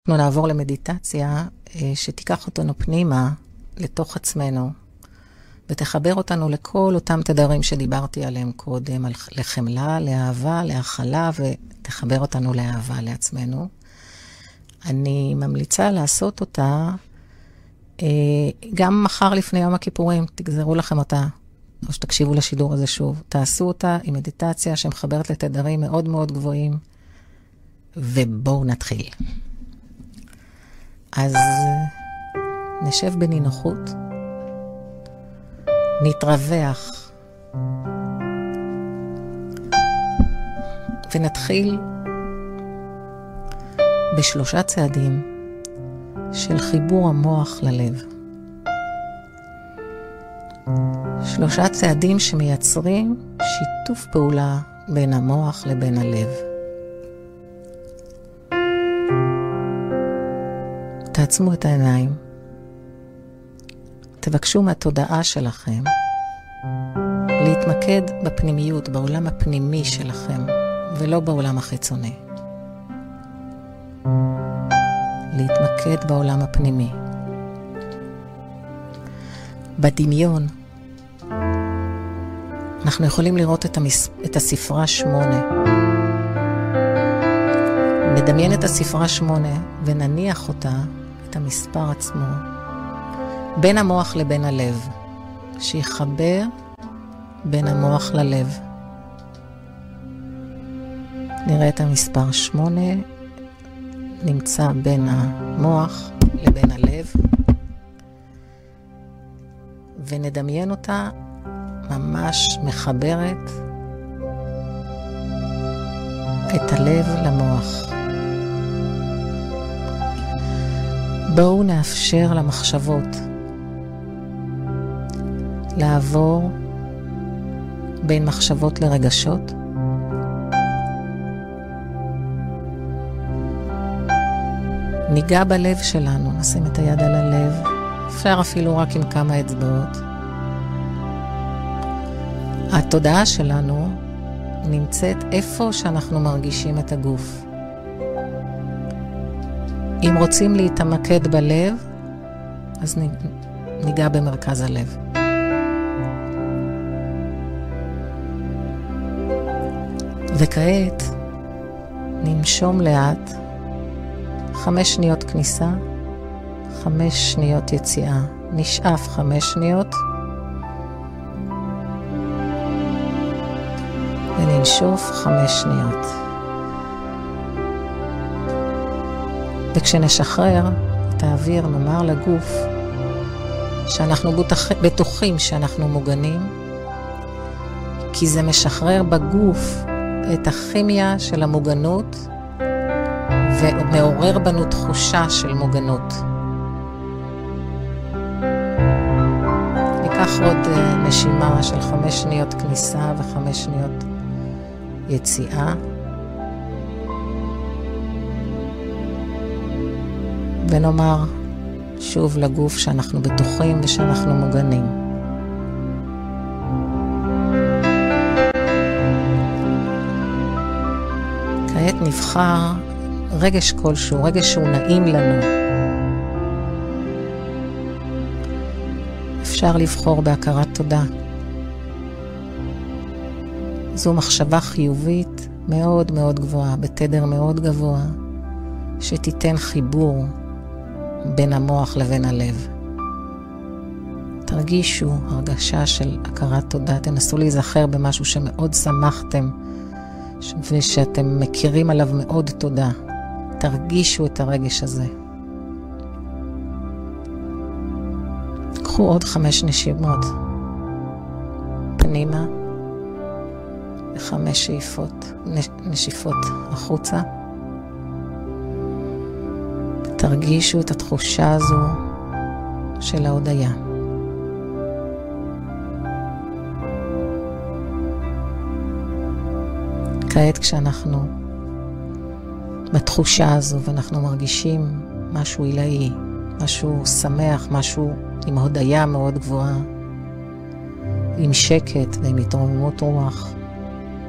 אנחנו נעבור למדיטציה שתיקח אותנו פנימה לתוך עצמנו, ותחבר אותנו לכל אותם תדרים שדיברתי עליהם קודם, לחמלה, לאהבה, להכלה, ותחבר אותנו לאהבה לעצמנו. אני ממליצה לעשות אותה גם מחר לפני יום הכיפורים, תגזרו לכם אותה, או שתקשיבו לשידור הזה שוב. תעשו אותה עם מדיטציה שמחברת לתדרים מאוד מאוד גבוהים, ובואו נתחיל. אז נשב בנינוחות, נתרווח, ונתחיל בשלושה צעדים של חיבור המוח ללב. שלושה צעדים שמייצרים שיתוף פעולה בין המוח לבין הלב. תעצמו את העיניים. תבקשו מהתודעה שלכם להתמקד בפנימיות, בעולם הפנימי שלכם, ולא בעולם החיצוני. להתמקד בעולם הפנימי. בדמיון, אנחנו יכולים לראות את הספרה 8. נדמיין את הספרה 8 ונניח אותה, את המספר עצמו, בין המוח לבין הלב, שיחבר בין המוח ללב. נראה את המספר 8, נמצא בין המוח לבין הלב, ונדמיין אותה ממש מחברת את הלב למוח. בואו נאפשר למחשבות לעבור בין מחשבות לרגשות, ניגע בלב שלנו, נשים את היד על הלב, אפשר אפילו רק עם כמה אצבעות. התודעה שלנו נמצאת איפה שאנחנו מרגישים את הגוף. אם רוצים להתמקד בלב, אז ניגע במרכז הלב. וכעת ננשום לאט, 5 שניות כניסה, 5 שניות יציאה. נשאף 5 שניות, וננשוף 5 שניות. וכשנשחרר את האוויר, נאמר לגוף שאנחנו בטוחים שאנחנו מוגנים, כי זה משחרר בגוף את הכימיה של המוגנות, ומעורר בנו תחושה של מוגנות. ניקח עוד נשימה של 5 שניות כניסה ו5 שניות יציאה. ונאמר שוב לגוף שאנחנו בטוחים ושאנחנו מוגנים. כעת נבחר רגש כלשהו, רגש שהוא נעים לנו. אפשר לבחור בהכרת תודה. זו מחשבה חיובית מאוד מאוד גבוהה, בתדר מאוד גבוה, שתיתן חיבור בין המוח לבין הלב. תרגישו הרגשה של הכרת תודה, תנסו להיזכר במשהו שמאוד שמחתם, ושאתם מכירים עליו מאוד תודה. תרגישו את הרגש הזה. קחו עוד 5 נשימות פנימה, ו5 נשיפות החוצה. תרגישו את התחושה הזו של ההודיה. כעת כשאנחנו בתחושה הזו ואנחנו מרגישים משהו עילאי, משהו שמח, משהו עם הודיה מאוד גבוהה, עם שקט ועם התרוממות רוח,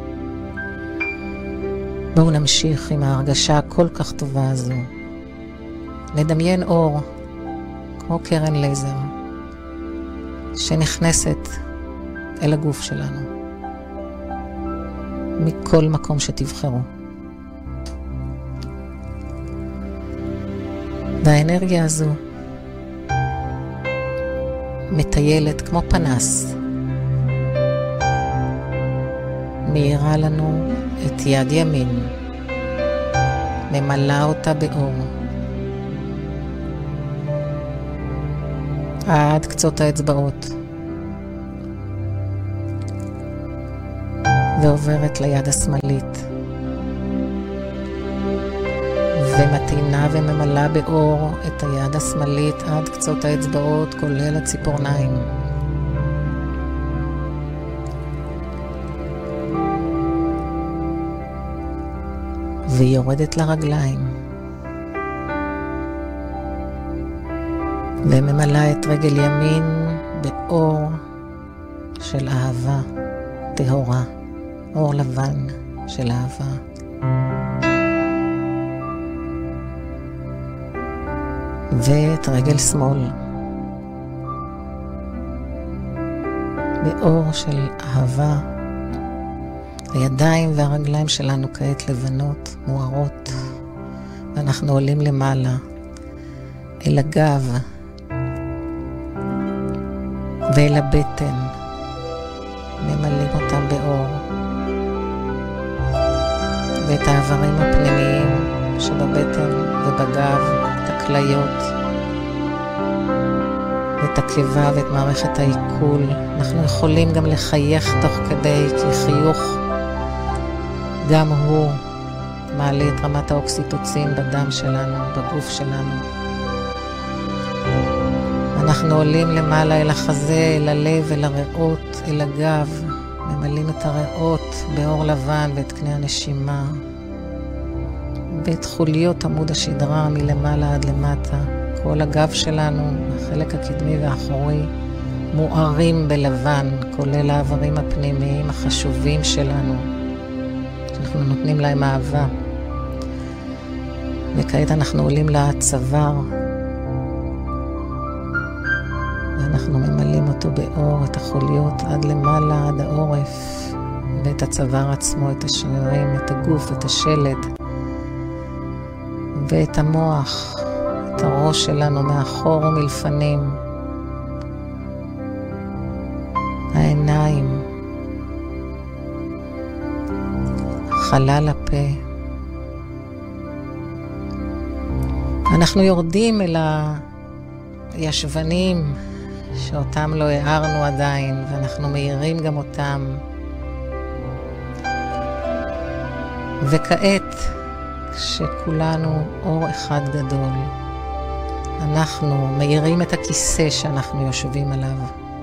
בואו נמשיך עם ההרגשה הכל כך טובה הזו נדמיין אור, כמו קרן לייזר, שנכנסת אל הגוף שלנו, מכל מקום שתבחרו. והאנרגיה הזו מטיילת כמו פנס, מאירה לנו את יד ימין, ממלאה אותה באור, עד קצות האצבעות, ועוברת ליד השמאלית, ומתאינה וממלאה באור את היד השמאלית עד קצות האצבעות, כולל הציפורניים. והיא יורדת לרגליים, וממלאה את רגל ימין באור של אהבה טהורה, אור לבן של אהבה. ואת רגל שמאל באור של אהבה. הידיים והרגליים שלנו כעת לבנות, מוארות, ואנחנו עולים למעלה אל הגב ואל הבטן, ממלאים אותם באור, ואת האיברים הפנימיים שבבטן ובגב, את הכליות, ואת הקיבה ואת מערכת העיכול. אנחנו יכולים גם לחייך תוך כדי, כי חיוך גם הוא מעלה את רמת האוקסיטוצין בדם שלנו, בגוף שלנו. אנחנו עולים למעלה אל החזה, אל הלב, אל הריאות, אל הגב, ממלאים את הריאות באור לבן ואת קנה הנשימה, ואת חוליות עמוד השדרה מלמעלה עד למטה. כל הגב שלנו, החלק הקדמי והאחורי, מוארים בלבן, כולל האיברים הפנימיים החשובים שלנו, שאנחנו נותנים להם אהבה. וכעת אנחנו עולים לצוואר, ואנחנו ממלאים אותו באור, את החוליות עד למעלה, עד העורף, ואת הצוואר עצמו, את השרירים, את הגוף, את השלד, ואת המוח, את הראש שלנו מאחור ומלפנים, העיניים, חלל הפה. אנחנו יורדים אל הישבנים שאותם לא הערנו עדיין, ואנחנו מאירים גם אותם. וכעת, כשכולנו אור אחד גדול, אנחנו מאירים את הכיסא שאנחנו יושבים עליו,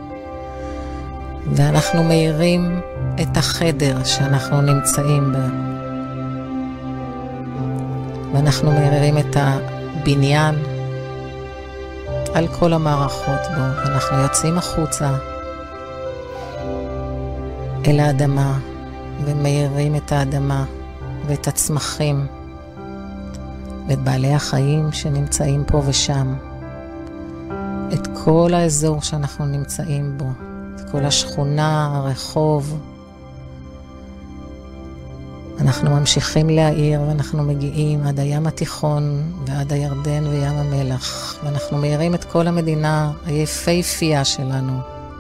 ואנחנו מאירים את החדר שאנחנו נמצאים בו, ואנחנו מאירים את הבניין על כל המערכות בו, ואנחנו יוצאים החוצה אל האדמה, ומאירים את האדמה ואת הצמחים ואת בעלי החיים שנמצאים פה ושם, את כל האזור שאנחנו נמצאים בו, את כל השכונה, הרחוב. אנחנו ממשיכים להעיר, ואנחנו מגיעים עד הים התיכון ועד הירדן וים המלח, ואנחנו מאירים את כל המדינה היפהפייה שלנו,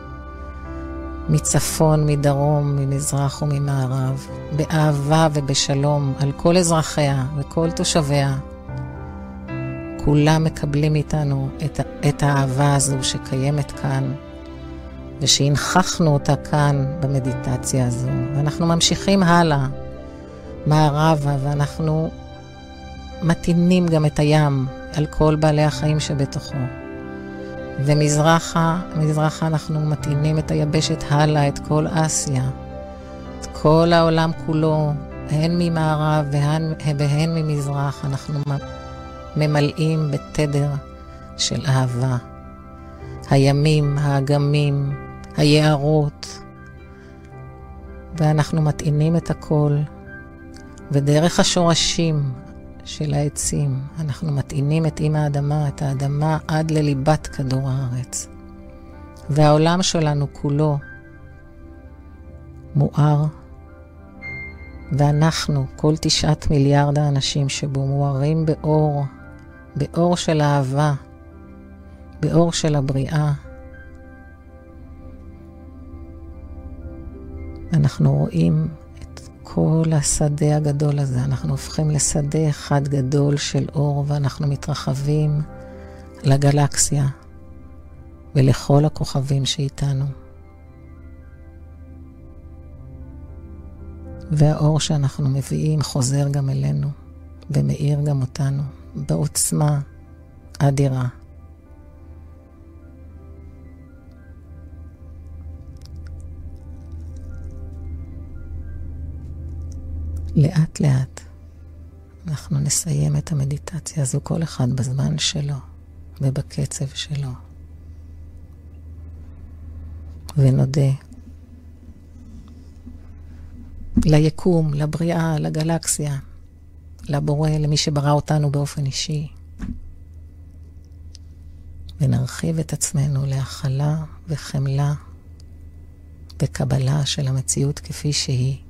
מצפון, מדרום, ממזרח וממערב, באהבה ובשלום על כל אזרחיה וכל תושביה. כולם מקבלים איתנו את האהבה הזו שקיימת כאן, ושהנכחנו אותה כאן במדיטציה הזו. ואנחנו ממשיכים הלאה, מערבה, ואנחנו מתאינים גם את הים על כל בעלי החיים שבתוכו. ומזרחה אנחנו מתאינים את היבשת הלאה, את כל אסיה, את כל העולם כולו, הן ממערב והן ממזרח. אנחנו ממלאים בתדר של אהבה. הימים, האגמים, היערות, ואנחנו מתאינים את הכל, ודרך השורשים של העצים. אנחנו מטעינים את אמא האדמה, את האדמה עד לליבת כדור הארץ. והעולם שלנו כולו מואר, ואנחנו, כל 9 מיליארד האנשים שבו, מוארים באור, באור של אהבה, באור של הבריאה. אנחנו רואים את כל השדה הגדול הזה, אנחנו הופכים לשדה אחד גדול של אור, ואנחנו מתרחבים לגלקסיה ולכל הכוכבים שאיתנו. והאור שאנחנו מביאים חוזר גם אלינו, ומאיר גם אותנו, בעוצמה אדירה. לאט לאט אנחנו נסיים את המדיטציה הזו, כל אחד בזמן שלו ובקצב שלו. ונודה ליקום, לבריאה, לגלקסיה, לבורא, למי שברא אותנו באופן אישי. ונרחיב את עצמנו להכלה וחמלה וקבלה של המציאות כפי שהיא.